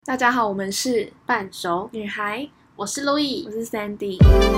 大家好，我们是半熟女孩， 我是 Louis， 我是 Sandy。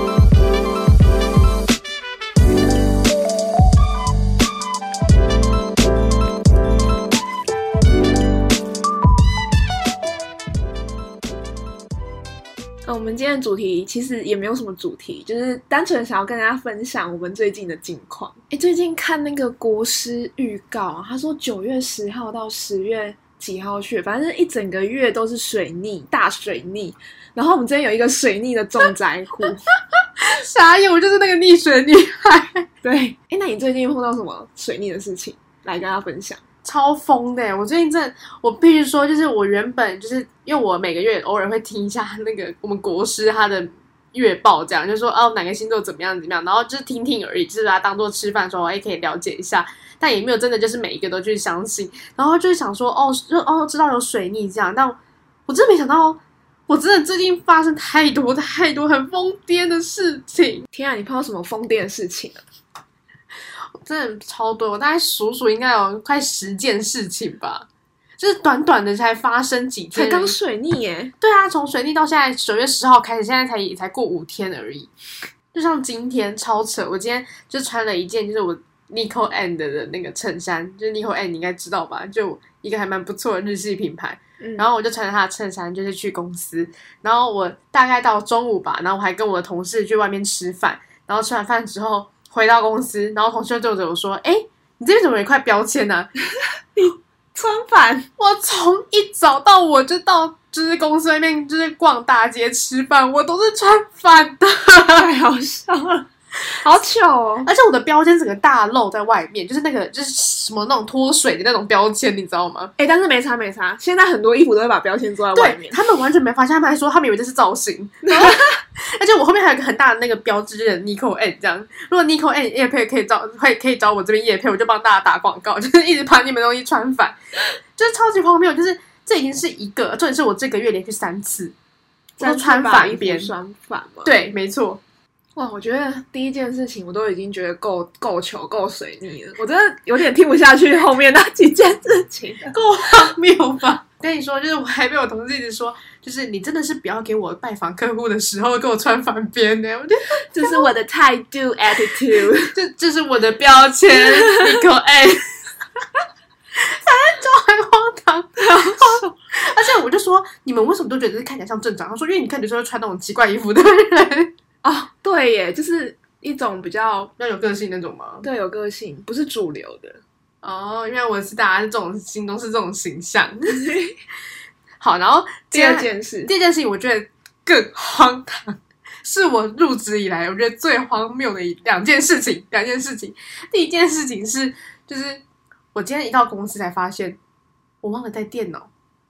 我们今天的主题其实也没有什么主题，就是单纯想要跟大家分享我们最近的近况。最近看那个国师预告，他说9月10号到10月几号去，反正一整个月都是水逆，大水逆。然后我们这边有一个水逆的重灾户， 傻眼，我就是那个溺水女孩。 对，那你最近碰到什么水逆的事情来跟大家分享？ 超疯的！我最近真的，我必须说，就是我原本就是因为我每个月偶尔会听一下那个我们国师他的月报，这样就说哪个星座怎么样怎么样，然后就是听听而已，就是把它当做吃饭的时候可以了解一下，但也没有真的就是每一个都去相信。然后就是想说知道有水逆这样，但我真的没想到，我真的最近发生太多很疯癫的事情。 天啊，你碰到什么疯癫的事情啊？ 真的超多，我大概数应该有快10件事情吧，就是短短的才发生几天， 才刚水逆耶。 对啊，从水逆到现在9月10号开始，现在才过5天而已。就像今天超扯，我今天就穿了一件就是我 Nico And 的那个衬衫，就是 Nico And 你应该知道吧，就一个还蛮不错的日系品牌。然后我就穿着他的衬衫就是去公司，然后我大概到中午吧，然后我还跟我的同事去外面吃饭，然后吃完饭之后回到公司，然后同事就对着我说：“你这边怎么有一块标签呢？ 你穿反！ 我从一早到我就到就是公司外面就是逛大街吃饭，我都是穿反的， 太好笑了。”好糗哦！ 而且我的标签整个大露在外面，就是那个就是什么那种脱水的那种标签，你知道吗？ 但是没差，现在很多衣服都会把标签做在外面， 对，他们完全没发现，他们还说他们以为这是造型。而且我后面还有一个很大的那个标志，就是 Nico N 这样。如果 Nico N 业配可以找我这边业配，我就帮大家打广告，就是一直把你们东西穿反，就是超级荒谬。就是这已经是一个，重点是我这个月连续3次，我都穿反边， 穿反吗？ 对，没错。 哇，我觉得第一件事情我都已经觉得够糗够水逆了，我真的有点听不下去后面那几件事情， 够荒谬吧？跟你说，就是我还被我同事一直说，就是你真的是不要给我拜访客户的时候给我穿反边呢。我觉得这是我的态度 attitude， 这是我的标签，Nico A。反正就很荒唐，而且我就说你们为什么都觉得看起来像正常？他说因为你看起来会穿那种奇怪衣服的人。 对耶，就是一种比较有个性那种吗？ 对，有个性，不是主流的。 因为我是大家这种心中是这种形象。好，然后第二件事情我觉得更荒唐，是我入职以来我觉得最荒谬的两件事情。第一件事情是，就是我今天一到公司才发现我忘了带电脑。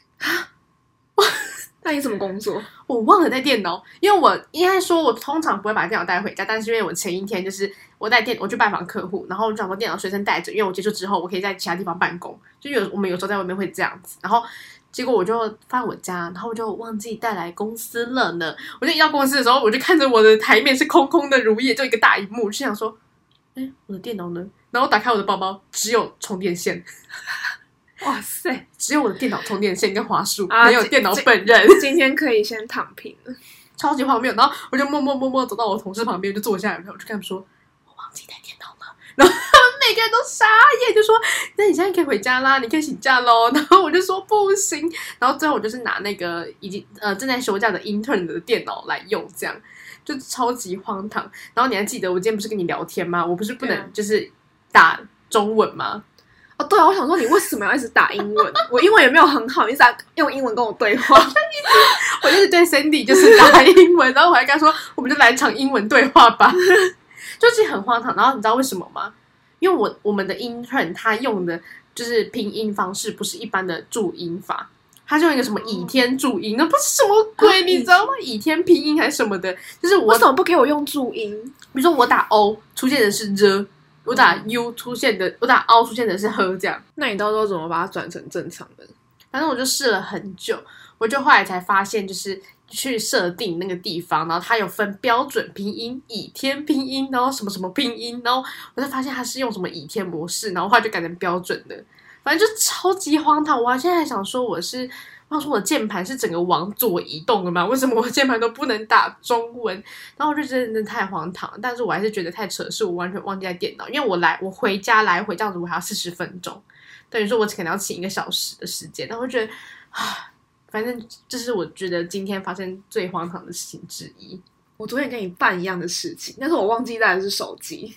那你怎么工作？ 我忘了带电脑，因为我应该说，我通常不会把电脑带回家，但是因为我前一天就是我去拜访客户，然后我就想说电脑随身带着，因为我结束之后我可以在其他地方办公，就我们有时候在外面会这样子，然后结果我就放我家，然后我就忘记带来公司了呢。我就一到公司的时候，我就看着我的台面是空空的如也，就一个大萤幕，就想说，我的电脑呢？然后打开我的包包，只有充电线。 哇塞！ 只有我的电脑充电线跟滑鼠，没有电脑本人。 今天可以先躺平了， 超级荒谬。然后我就默默走到我同事旁边，就坐下来，然后我就跟他们说：“我忘记带电脑了。”然后他们每个人都傻眼，就说：“那你现在可以回家啦，你可以请假咯。”然后我就说：“不行。”然后最后我就是拿那个已经正在休假的 intern 的电脑来用，这样就超级荒唐。然后你还记得我今天不是跟你聊天吗？我不是不能就是打中文吗？ 对啊，我想说你为什么要一直打英文？我英文也没有很好，你一直在用英文跟我对话。 我就是对 Sandy 就是打英文，然后我还跟他说，我们就来一场英文对话吧，就是很荒唐。然后你知道为什么吗？因为我们的 intern 他用的就是拼音方式，不是一般的注音法，他是用一个什么倚天注音，那不是什么鬼，你知道吗？倚天拼音还是什么的，就是为什么不给我用注音？ 比如说我打 O 出现的是 R。我打 U 出现的，我打 O 出现的是呵这样。 那你到时候怎么把它转成正常的？ 反正我就试了很久，我就后来才发现，就是去设定那个地方，然后它有分标准拼音、倚天拼音，然后什么什么拼音，然后我才发现它是用什么倚天模式，然后后来就改成标准的。反正就超级荒唐。我现在还想说， 我想说我的键盘是整个往左移动的吗？为什么我的键盘都不能打中文？然后我就真的太荒唐了，但是我还是觉得太扯，是我完全忘记在电脑，因为我回家来回这样子我还要40分钟，等于说我可能要请1个小时的时间，然后我就觉得反正这是我觉得今天发生最荒唐的事情之一。 我昨天跟你办一样的事情，但是我忘记带的是手机。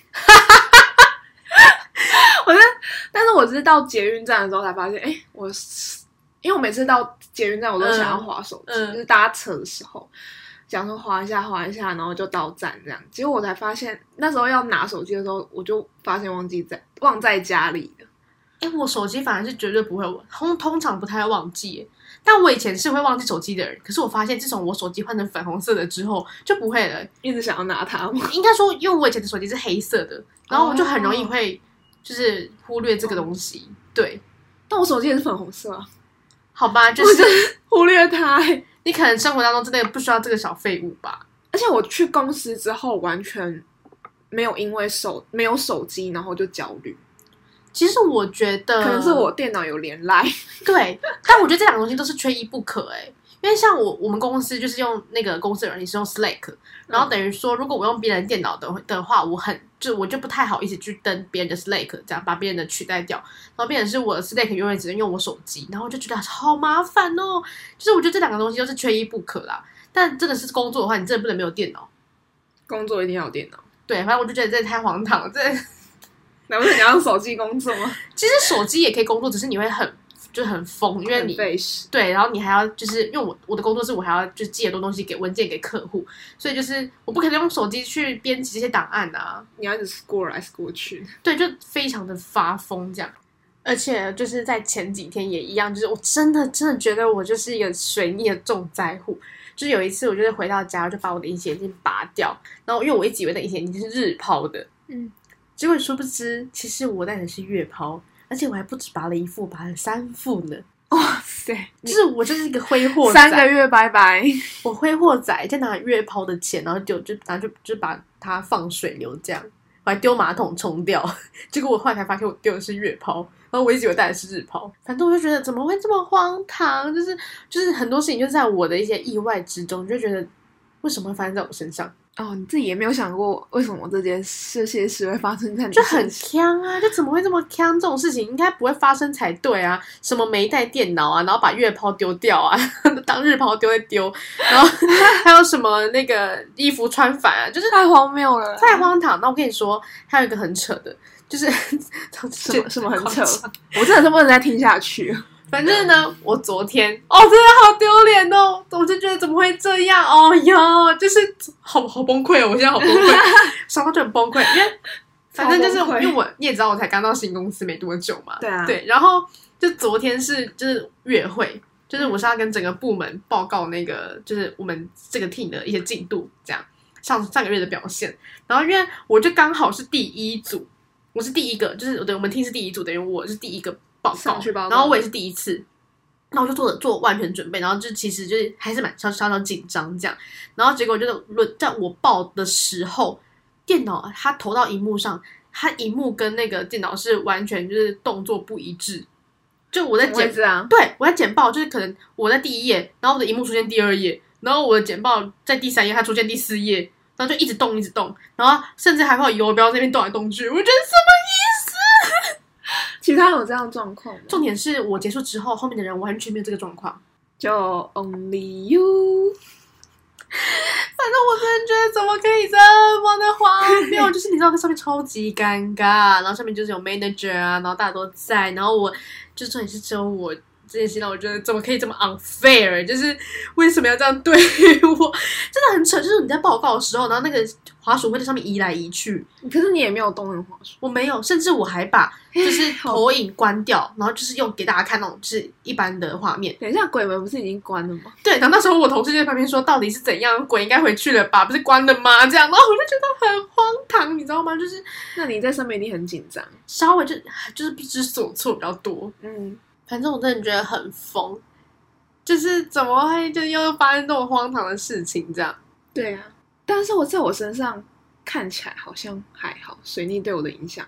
但是我是到捷运站的时候才发现，因为我每次到捷运站我都想要滑手机，就是搭车的时候想说滑一下，然后就到站这样。结果我才发现，那时候要拿手机的时候，我就发现忘在家里了。 我手机反而是绝对不会，通常不太会忘记耶。但我以前是会忘记手机的人，可是我发现自从我手机换成粉红色的之后就不会了。 一直想要拿它吗？ 应该说，因为我以前的手机是黑色的，然后我就很容易会就是忽略这个东西。对， 但我手机也是粉红色啊。 好吧，就是忽略它。 你可能生活当中真的不需要这个小废物吧。 而且我去公司之后完全没有因为没有手机然后就焦虑。 其实我觉得可能是我电脑有连赖， 对，但我觉得这两个东西都是缺一不可因为像我们公司就是用那个公司的软件是用 Slack， 然后等于说如果我用别人电脑的话，我就不太好意思去登别人的 Slack， 这样把别人的取代掉，然后变成是我的 Slack 永远只能用我手机，然后我就觉得好麻烦哦。就是我觉得这两个东西都是缺一不可啦。但真的是工作的话，你真的不能没有电脑。 工作一定要有电脑。对， 反正我就觉得这太荒唐了， 难不成你要用手机工作吗？ 其实手机也可以工作，只是你会很疯，因为你对，然后你还要就是因为我的工作是我还要就寄很多东西文件给客户，所以就是我不可能用手机去编辑这些档案啊， 你要一直 scroll 来 scroll 去， 对，就非常的发疯这样。而且就是在前几天也一样，就是我真的觉得我就是一个水逆的重灾户。就是有一次我就是回到家，我就把我的隐形眼镜拔掉，然后因为我一直以为那隐形眼镜是日抛的，结果殊不知其实我戴的是月抛，而且我还不止拔了1副，拔了3副呢。 哇塞！ 就是我就是一个挥霍仔，3 个月拜拜。 我挥霍仔在拿月抛的钱，然后就把它放水流这样，我还丢马桶冲掉。结果我后来才发现我丢的是月抛，然后我一直以为戴的是日抛。反正我就觉得怎么会这么荒唐？就是很多事情就在我的一些意外之中，就觉得为什么会发生在我身上？ 你自己也没有想过为什么这些事会发生在你就很呛啊！就怎么会这么呛？这种事情应该不会发生才对啊！什么没带电脑啊，然后把月抛丢掉啊，当日抛丢一丢，然后还有什么那个衣服穿反啊，就是太荒谬了， 太荒唐。那我跟你说，还有一个很扯的，就是什么很扯，我真的是不能再听下去。 反正呢，我昨天真的好丢脸哦，我就觉得怎么会这样？就是好崩溃哦！我现在好崩溃，想到就很崩溃，因为反正就是因为你也知道，我才刚到新公司没多久嘛， 对啊， 对，然后就昨天就是月会，就是我是要跟整个部门报告那个就是我们这个 team 的一些进度，这样上个月的表现，然后因为我就刚好是第一组，我是第一个，就是我们 team 是第一组，等于我是第一个报告，然后我也是第一次，那我就做完全准备，然后就其实就是还是蛮稍稍紧张这样，然后结果就是在我报的时候，电脑它投到荧幕上，它荧幕跟那个电脑是完全就是动作不一致，就我在对，我在简报，就是可能我在第1页，然后我的荧幕出现第2页，然后我的简报在第3页，它出现第4页，然后就一直动，然后甚至还会有游标这边动来动去，我觉得什么意思？ 其他有这样的状况吗？ 重点是我结束之后，后面的人完全没有这个状况， 就 only you。 反正我真的觉得怎么可以这么的荒谬，就是你知道在上面超级尴尬，然后上面就是有 manager 啊，然后大家都在，然后我就重点是只有我。这件事让我觉得怎么可以这么 unfair， 就是为什么要这样对我，真的很扯。就是你在报告的时候，然后那个滑鼠会在上面移来移去， 可是你也没有动那个滑鼠。 我没有，甚至我还把就是投影关掉，然后就是用给大家看那种就是一般的画面。 等一下，鬼门不是已经关了吗？ 对，然后那时候我同事就在旁边说，到底是怎样，鬼应该回去了吧，不是关了吗？这样，然后我就觉得很荒唐，你知道吗？就是那你在上面一定很紧张， 稍微就是不知所措比较多，反正我真的觉得很疯，就是怎么会就又发生这种荒唐的事情这样？ 对啊，但是在我身上看起来好像还好，水逆对我的影响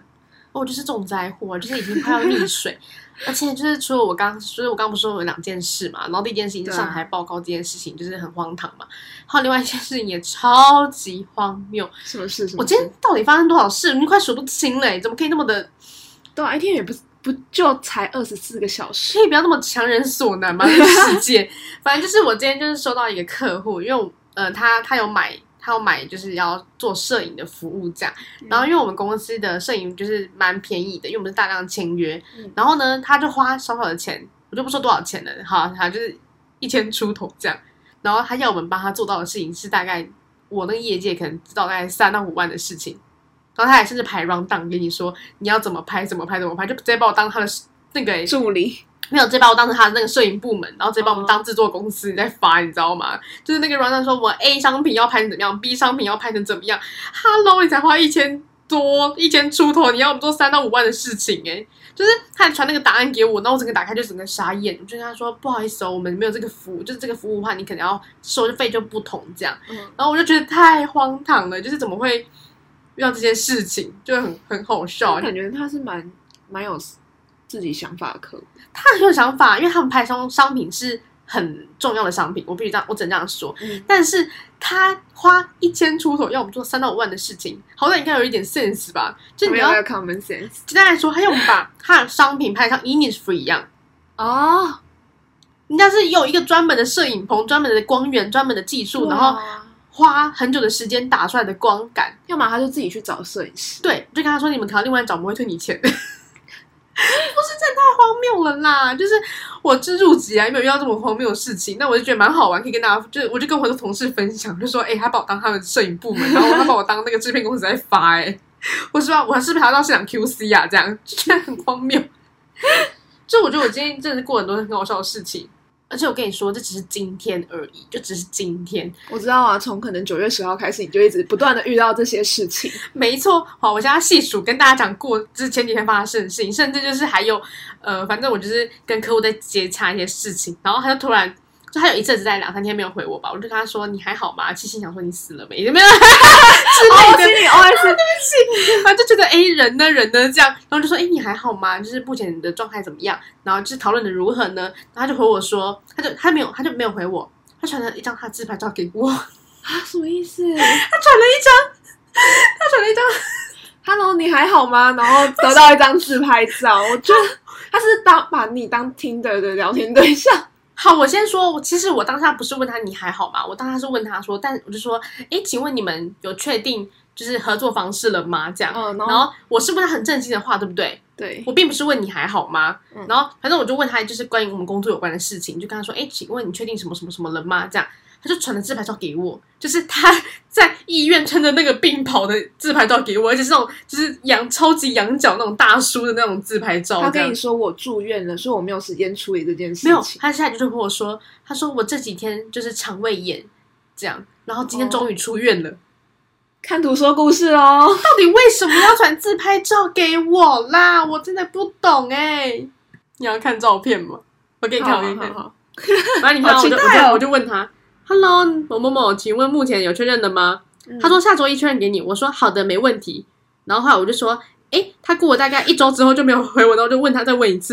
我就是重灾户，就是已经快要溺水，而且就是除了我刚不是说有2件事嘛，然后第一件事情是上台报告这件事情就是很荒唐嘛，还有另外一件事情也超级荒谬。 什么事？ 我今天到底发生多少事？你快数不清嘞，怎么可以那么的？ 对啊，一天也不就才24个小时， 可以不要那么强人所难吗？这个世界，反正就是我今天就是收到一个客户，因为他有买就是要做摄影的服务这样，然后因为我们公司的摄影就是蛮便宜的，因为我们是大量签约，然后呢他就花少少的钱，我就不说多少钱了，好，他就是1000出头这样，然后他要我们帮他做到的事情是大概我那个业界可能知道大概3到5万的事情，然后他还甚至排 round down 给你说你要怎么拍，就直接把我当他的那个助理。 没有，直接把我当成他的那个摄影部门，然后直接把我们当制作公司在发，你知道吗？就是那个 rundown 说，我 A 商品要拍成怎么样 ，B 商品要拍成怎么样。Hello， 你才花1000出头，你要我们做3到5万的事情就是他还传那个答案给我，然后我整个打开就整个傻眼，我就跟他说不好意思哦，我们没有这个服务，就是这个服务的话，你可能要收费就不同这样。然后我就觉得太荒唐了，就是怎么会遇到这些事情，就很好笑。 我感觉他是蛮有自己想法的客户， 他很有想法，因为他们拍商品是很重要的商品，我必须这样，我只能这样说。但是他花1000出头要我们做3到5万的事情，好歹应该有一点 sense 吧？就你要 common sense。 简单来说，他要我们把他的商品拍像 Innisfree 一样哦， 人家是有一个专门的摄影棚、专门的光源、专门的技术，然后花很久的时间打出来的光感。 要么他就自己去找摄影师， 对，就跟他说你们可能另外找，我们会退你钱。不是，这太荒谬了啦！就是我这入职啊，没有遇到这么荒谬的事情，那我就觉得蛮好玩，可以跟大家，我就跟我的同事分享，就说，他把我当他们摄影部门，然后他把我当那个制片公司在发，我是不是还要到现场 QC 啊？这样就觉得很荒谬。就我觉得我今天真的是过很多很好笑的事情。而且我跟你说，这只是今天而已，就只是今天。 我知道啊，从可能9月10号开始，你就一直不断的遇到这些事情。 没错，好，我现在细数跟大家讲过，就是前几天发生的事情，甚至就是还有反正我就是跟客户在接洽一些事情，然后他就突然。就他有一阵子在2-3天没有回我吧，我就跟他说你还好吗？其实想说你死了没？有没有？之类的， 心里 OS 对不起，反正就觉得人呢这样，然后就说你还好吗？就是目前你的状态怎么样？然后就是讨论的如何呢？然后他就回我说，他就没有回我，他传了一张他的自拍照给我啊， 什么意思？ 他传了一张 Hello， 你还好吗？然后得到一张自拍照，我觉得他是把你当 Tinder 的聊天对象。 好，我先说，其实我当下不是问他你还好吗？我当下是问他说，但我就说，请问你们有确定就是合作方式了吗？这样，然后我是问他很正经的话，对不对？ 对， 我并不是问你还好吗？然后反正我就问他就是关于我们工作有关的事情，就跟他说，请问你确定什么什么什么了吗？这样。他就传了自拍照给我，就是他在医院穿着那个病袍的自拍照给我，而且是那种就是超级羊角那种大叔的那种自拍照。 他跟你说我住院了，所以我没有时间处理这件事情。 没有，他现在就跟我说，他说我这几天就是肠胃炎这样，然后今天终于出院了。 看图说故事哦， 到底为什么要传自拍照给我啦？我真的不懂你要看照片吗？我给你看，我给你看。 好， 然后你看，我就问他。Hello， 某某某，请问目前有确认的吗？他说下周一确认给你。我说好的，没问题。然后后来我就说，他过了大概1周之后就没有回我，然后就问他再问一次。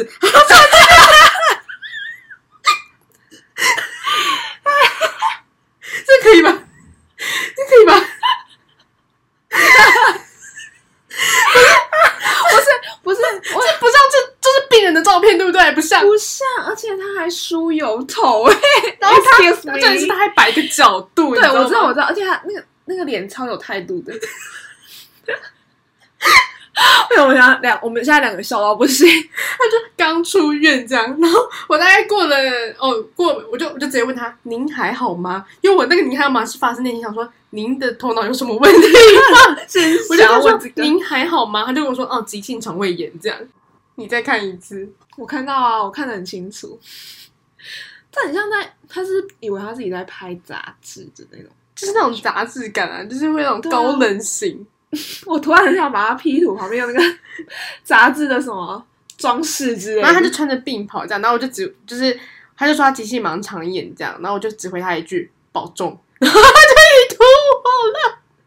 这可以吧？不是，这不像这是病人的照片，对不对？不像， 而且他还梳油头然后他还摆个角度， 对，我知道，而且他那个脸超有态度的。我们现在2个笑到不行， 他就刚出院这样，然后我大概我就直接问他您还好吗？因为我那个您还好吗是发自内心想说您的头脑有什么问题吗？我就跟他说您还好吗？他就跟我说急性肠胃炎这样。你再看一次， 我看到啊，我看得很清楚。这很像他是以为他自己在拍杂志的那种， 就是那种杂志感啊，就是会那种高冷型。 我突然很想把它 P 图旁边有那个杂志的什么装饰之类的， 然后他就穿着病袍这样，然后我就他就说他急性盲肠炎这样，然后我就只回他一句保重，然后他就一吐我了。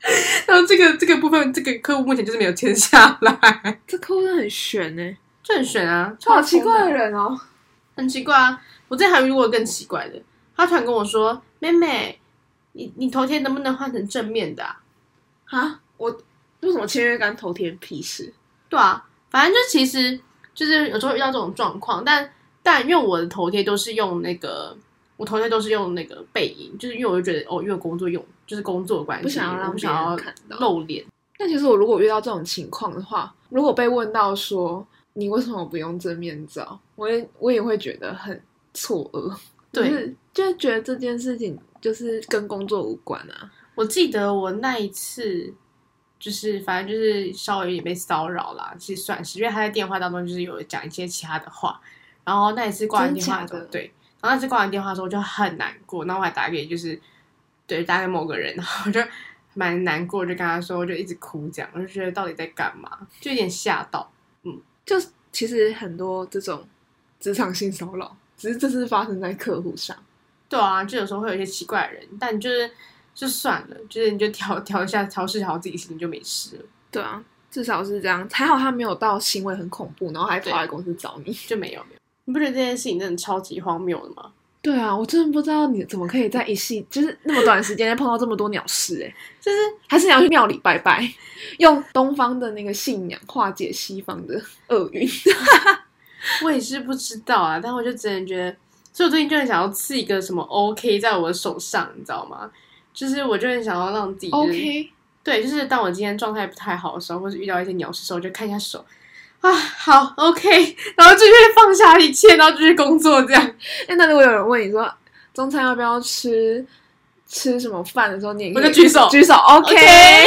然后这个部分，这个客户目前就是没有签下来， 这客户真的很悬呢， 就很悬啊， 好奇怪的人哦， 很奇怪啊。我之前还遇过更奇怪的，他突然跟我说：“妹妹，你头贴能不能换成正面的啊？” 啊，我为什么签约干头贴屁事？ 对啊，反正就其实就是有时候遇到这种状况，但因为我的头贴都是用那个，我头贴都是用那个背影，就是因为我就觉得因为工作用就是工作的关系， 不想要让别人看到露脸。 但其实我如果遇到这种情况的话，如果被问到说你为什么不用正面照，我也会觉得很错愕， 对， 就是觉得这件事情就是跟工作无关啊。 我记得我那一次就是反正就是稍微有点被骚扰啦，其实算是，因为他在电话当中就是有讲一些其他的话，然后那一次挂完电话的时候，对，然后那次挂完电话的时候我就很难过，然后我还打给就是对打给某个人，然后我就蛮难过，就跟他说，我就一直哭这样，我就觉得到底在干嘛，就有点吓到， 就其实很多这种职场性骚扰，只是这次发生在客户上。 对啊，就有时候会有一些奇怪的人，但就算了，就是你就调一下，调试好自己心情就没事了。 对啊，至少是这样，还好他没有到行为很恐怖，然后还跑来公司找你， 就没有。你不觉得这件事情真的超级荒谬的吗？ 对啊，我真的不知道你怎么可以在就是那么短时间内碰到这么多鸟事就是还是你要去庙里拜拜，用东方的那个信仰化解西方的厄运。 我也是不知道啊，但我就真的觉得，所以我最近就很想要刺一个什么 OK 在我的手上，你知道吗？就是我就很想要让自己、 OK， 对，就是当我今天状态不太好的时候，或是遇到一些鸟事的时候，我就看一下手啊，好 OK， 然后继续放下一切，然后继续工作这样。 那如果有人问你说中餐要不要吃什么饭的时候，你也可以我就举手 OK。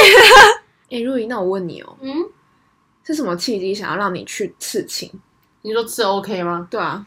OK 如怡，那我问你哦，是什么契机想要让你去刺青？ 你说刺 OK 吗？ 对啊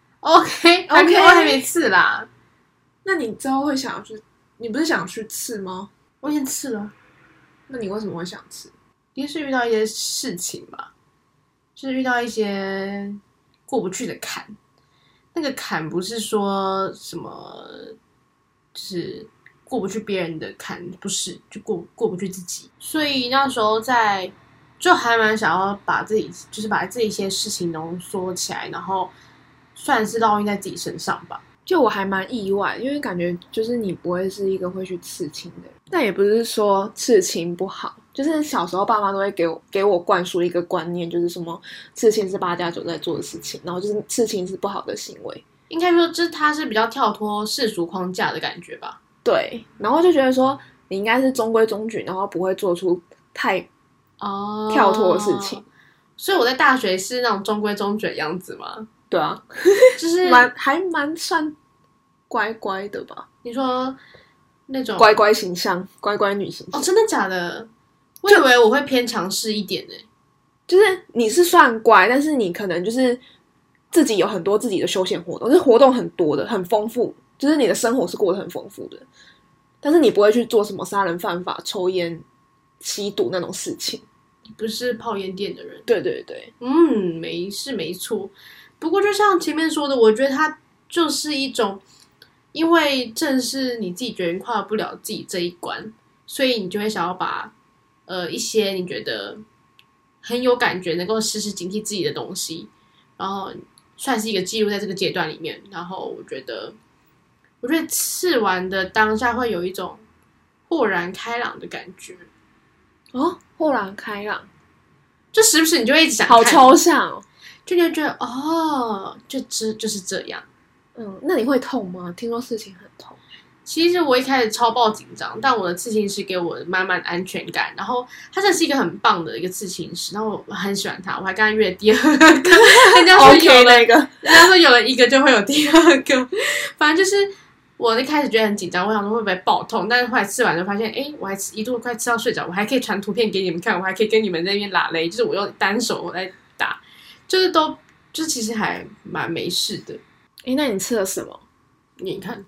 OK， 我还没刺啦。 那你之后会想要去？你不是想去刺吗？ 我已经刺了。 那你为什么会想刺？ 一定是遇到一些事情吧，就是遇到一些过不去的坎。那个坎不是说什么，就是过不去别人的坎，不是，就过不去自己。所以那时候就还蛮想要把自己，就是把这一些事情浓缩起来，然后算是烙印在自己身上吧。 就我还蛮意外，因为感觉就是你不会是一个会去刺青的人，但也不是说刺青不好，就是小时候爸妈都会给我灌输一个观念，就是什么刺青是8+9在做的事情，然后就是刺青是不好的行为。 应该说，就是它是比较跳脱世俗框架的感觉吧。 对，然后就觉得说你应该是中规中矩，然后不会做出太跳脱的事情。 所以我在大学是那种中规中矩的样子吗？ 对啊， 就是还蛮算乖乖的吧。 你说那种乖乖形象，乖乖女形象。 真的假的？我以为我会偏强势一点就是你是算乖，但是你可能就是自己有很多自己的休闲活动，就是活动很多的，很丰富，就是你的生活是过得很丰富的，但是你不会去做什么杀人犯法、抽烟、吸毒那种事情。 你不是泡烟店的人。 对对对， 没错。不过就像前面说的，我觉得它就是一种，因为正是你自己觉得跨不了自己这一关，所以你就会想要把一些你觉得很有感觉、能够时时警惕自己的东西，然后算是一个记录在这个阶段里面。然后我觉得刺完的当下会有一种豁然开朗的感觉。 哦，豁然开朗， 就时不时你就会一直想看， 好抽象哦。 就你会觉得就是这样。 那你会痛吗？听说事情很痛。 其实我一开始超爆紧张，但我的刺青师给我满满安全感，然后他真的是一个很棒的一个刺青师，然后我很喜欢他，我还跟他约第二个，人家说有了那个， 人家说有了一个就会有第二个，反正就是我一开始觉得很紧张，我想说会不会爆痛，但是后来吃完就发现，我还一度快吃到睡着，我还可以传图片给你们看，我还可以跟你们在那边拉勒，就是我用单手我在打，就是其实还蛮没事的。 那你吃了什么？ 你看，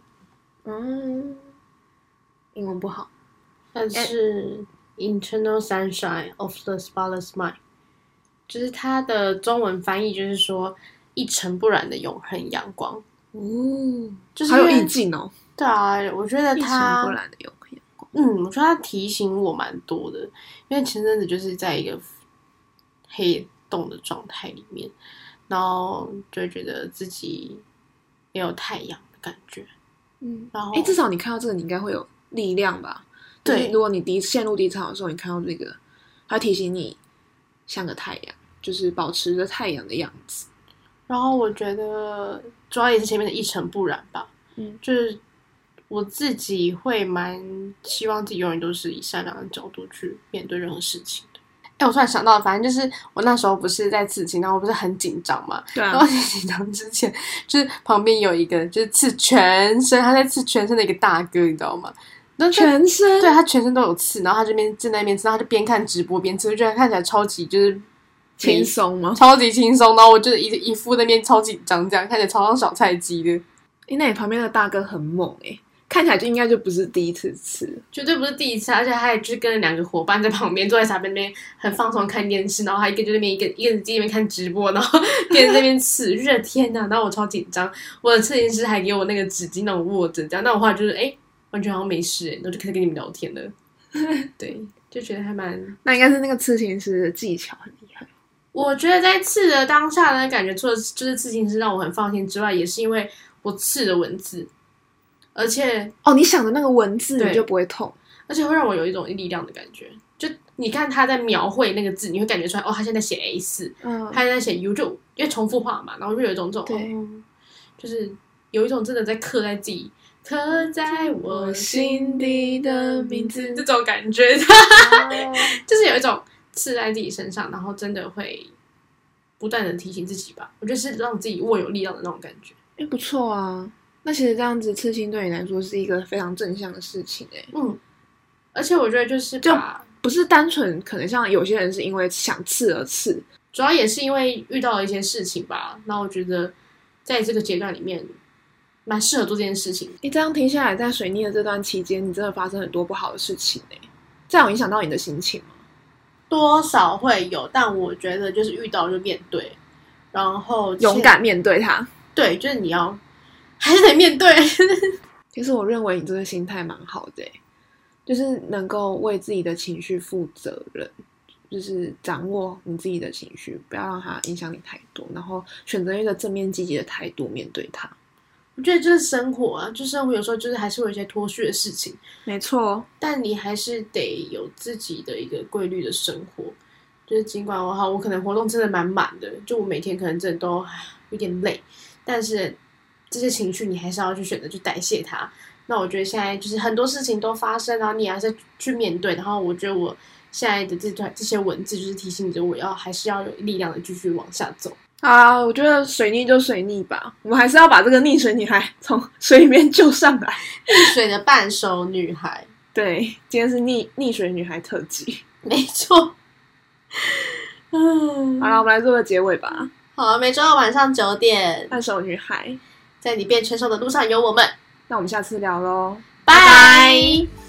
英文不好， 但是 Internal Sunshine of the Spotless Mind， 就是它的中文翻译就是说一尘不染的永恒阳光。 就是好有意境哦。 对啊，我觉得一尘它不染的永恒阳光。 我觉得他提醒我蛮多的，因为前阵子就是在一个黑洞的状态里面，然后就会觉得自己也有太阳的感觉。然后至少你看到这个，你应该会有力量吧？ 对， 就是如果你陷入低潮的时候，你看到这个，它提醒你像个太阳，就是保持着太阳的样子。 然后我觉得主要也是前面的一尘不染吧。就是我自己会蛮希望自己永远都是以善良的角度去面对任何事情的。我突然想到，反正就是我那时候不是在刺青，然后我不是很紧张嘛。 对啊。 然后很紧张之前，就是旁边有一个就是刺全身，他在刺全身的一个大哥，你知道吗？ 全身？ 对，他全身都有刺，然后他这边正在那边刺，然后他就边看直播边刺，我觉得看起来超级就是轻松吗？ 超级轻松，然后我就一副那边超紧张，这样看起来超像小菜鸡的。 那你旁边的大哥很猛看起来就应该就不是第一次刺， 绝对不是第一次，而且他也就是跟2个伙伴在旁边坐在沙边那边很放松看电视，然后他一个就那边一个在那边看直播，然后边在那边刺，就觉得天哪！然后我超紧张，我的刺青师还给我那个纸巾那种握着，这样，那我后来就是完全好像没事然后就开始跟你们聊天了。对，就觉得还蛮…… 那应该是那个刺青师的技巧很厉害。 我觉得在刺的当下呢，感觉除了就是刺青师让我很放心之外，也是因为我刺的文字。而且你想的那个文字你就不会痛， 而且会让我有一种力量的感觉。就你看他在描绘那个字，你会感觉出来他现在写 A4，他在写 U， 就因为重复画嘛，然后就有一种这种就是有一种真的在刻在自己，刻在我心底的名字这种感觉，就是有一种刺在自己身上，然后真的会不断的提醒自己吧。我觉得是让自己握有力量的那种感觉。 不错啊。那其实这样子刺青对你来说是一个非常正向的事情而且我觉得就不是单纯可能像有些人是因为想刺而刺， 主要也是因为遇到了一些事情吧。那我觉得在这个阶段里面蛮适合做这件事情。 这样听下来，在水逆的这段期间，你真的发生很多不好的事情这样有影响到你的心情吗？ 多少会有，但我觉得就是遇到就面对，然后勇敢面对它。 对，就是你要还是得面对。 其实我认为你这个心态蛮好的就是能够为自己的情绪负责任，就是掌握你自己的情绪，不要让它影响你太多，然后选择一个正面积极的态度面对它。 我觉得就是生活啊，就生活有时候就是还是会有一些脱序的事情， 没错， 但你还是得有自己的一个规律的生活。就是尽管我可能活动真的蛮满的，就我每天可能真的都有点累，但是这些情绪你还是要去选择去代谢它。那我觉得现在就是很多事情都发生，然后你还是去面对。然后我觉得我现在的这些文字就是提醒着我还是要有力量的继续往下走。 我觉得水逆就水逆吧，我们还是要把这个溺水女孩从水里面救上来。 溺水的半熟女孩， 对，今天是溺水女孩特辑， 没错。 好了，我们来做个结尾吧。 好，每周二晚上9点， 半熟女孩， 在你变成熟的路上有我们。 那我们下次聊咯， 拜拜。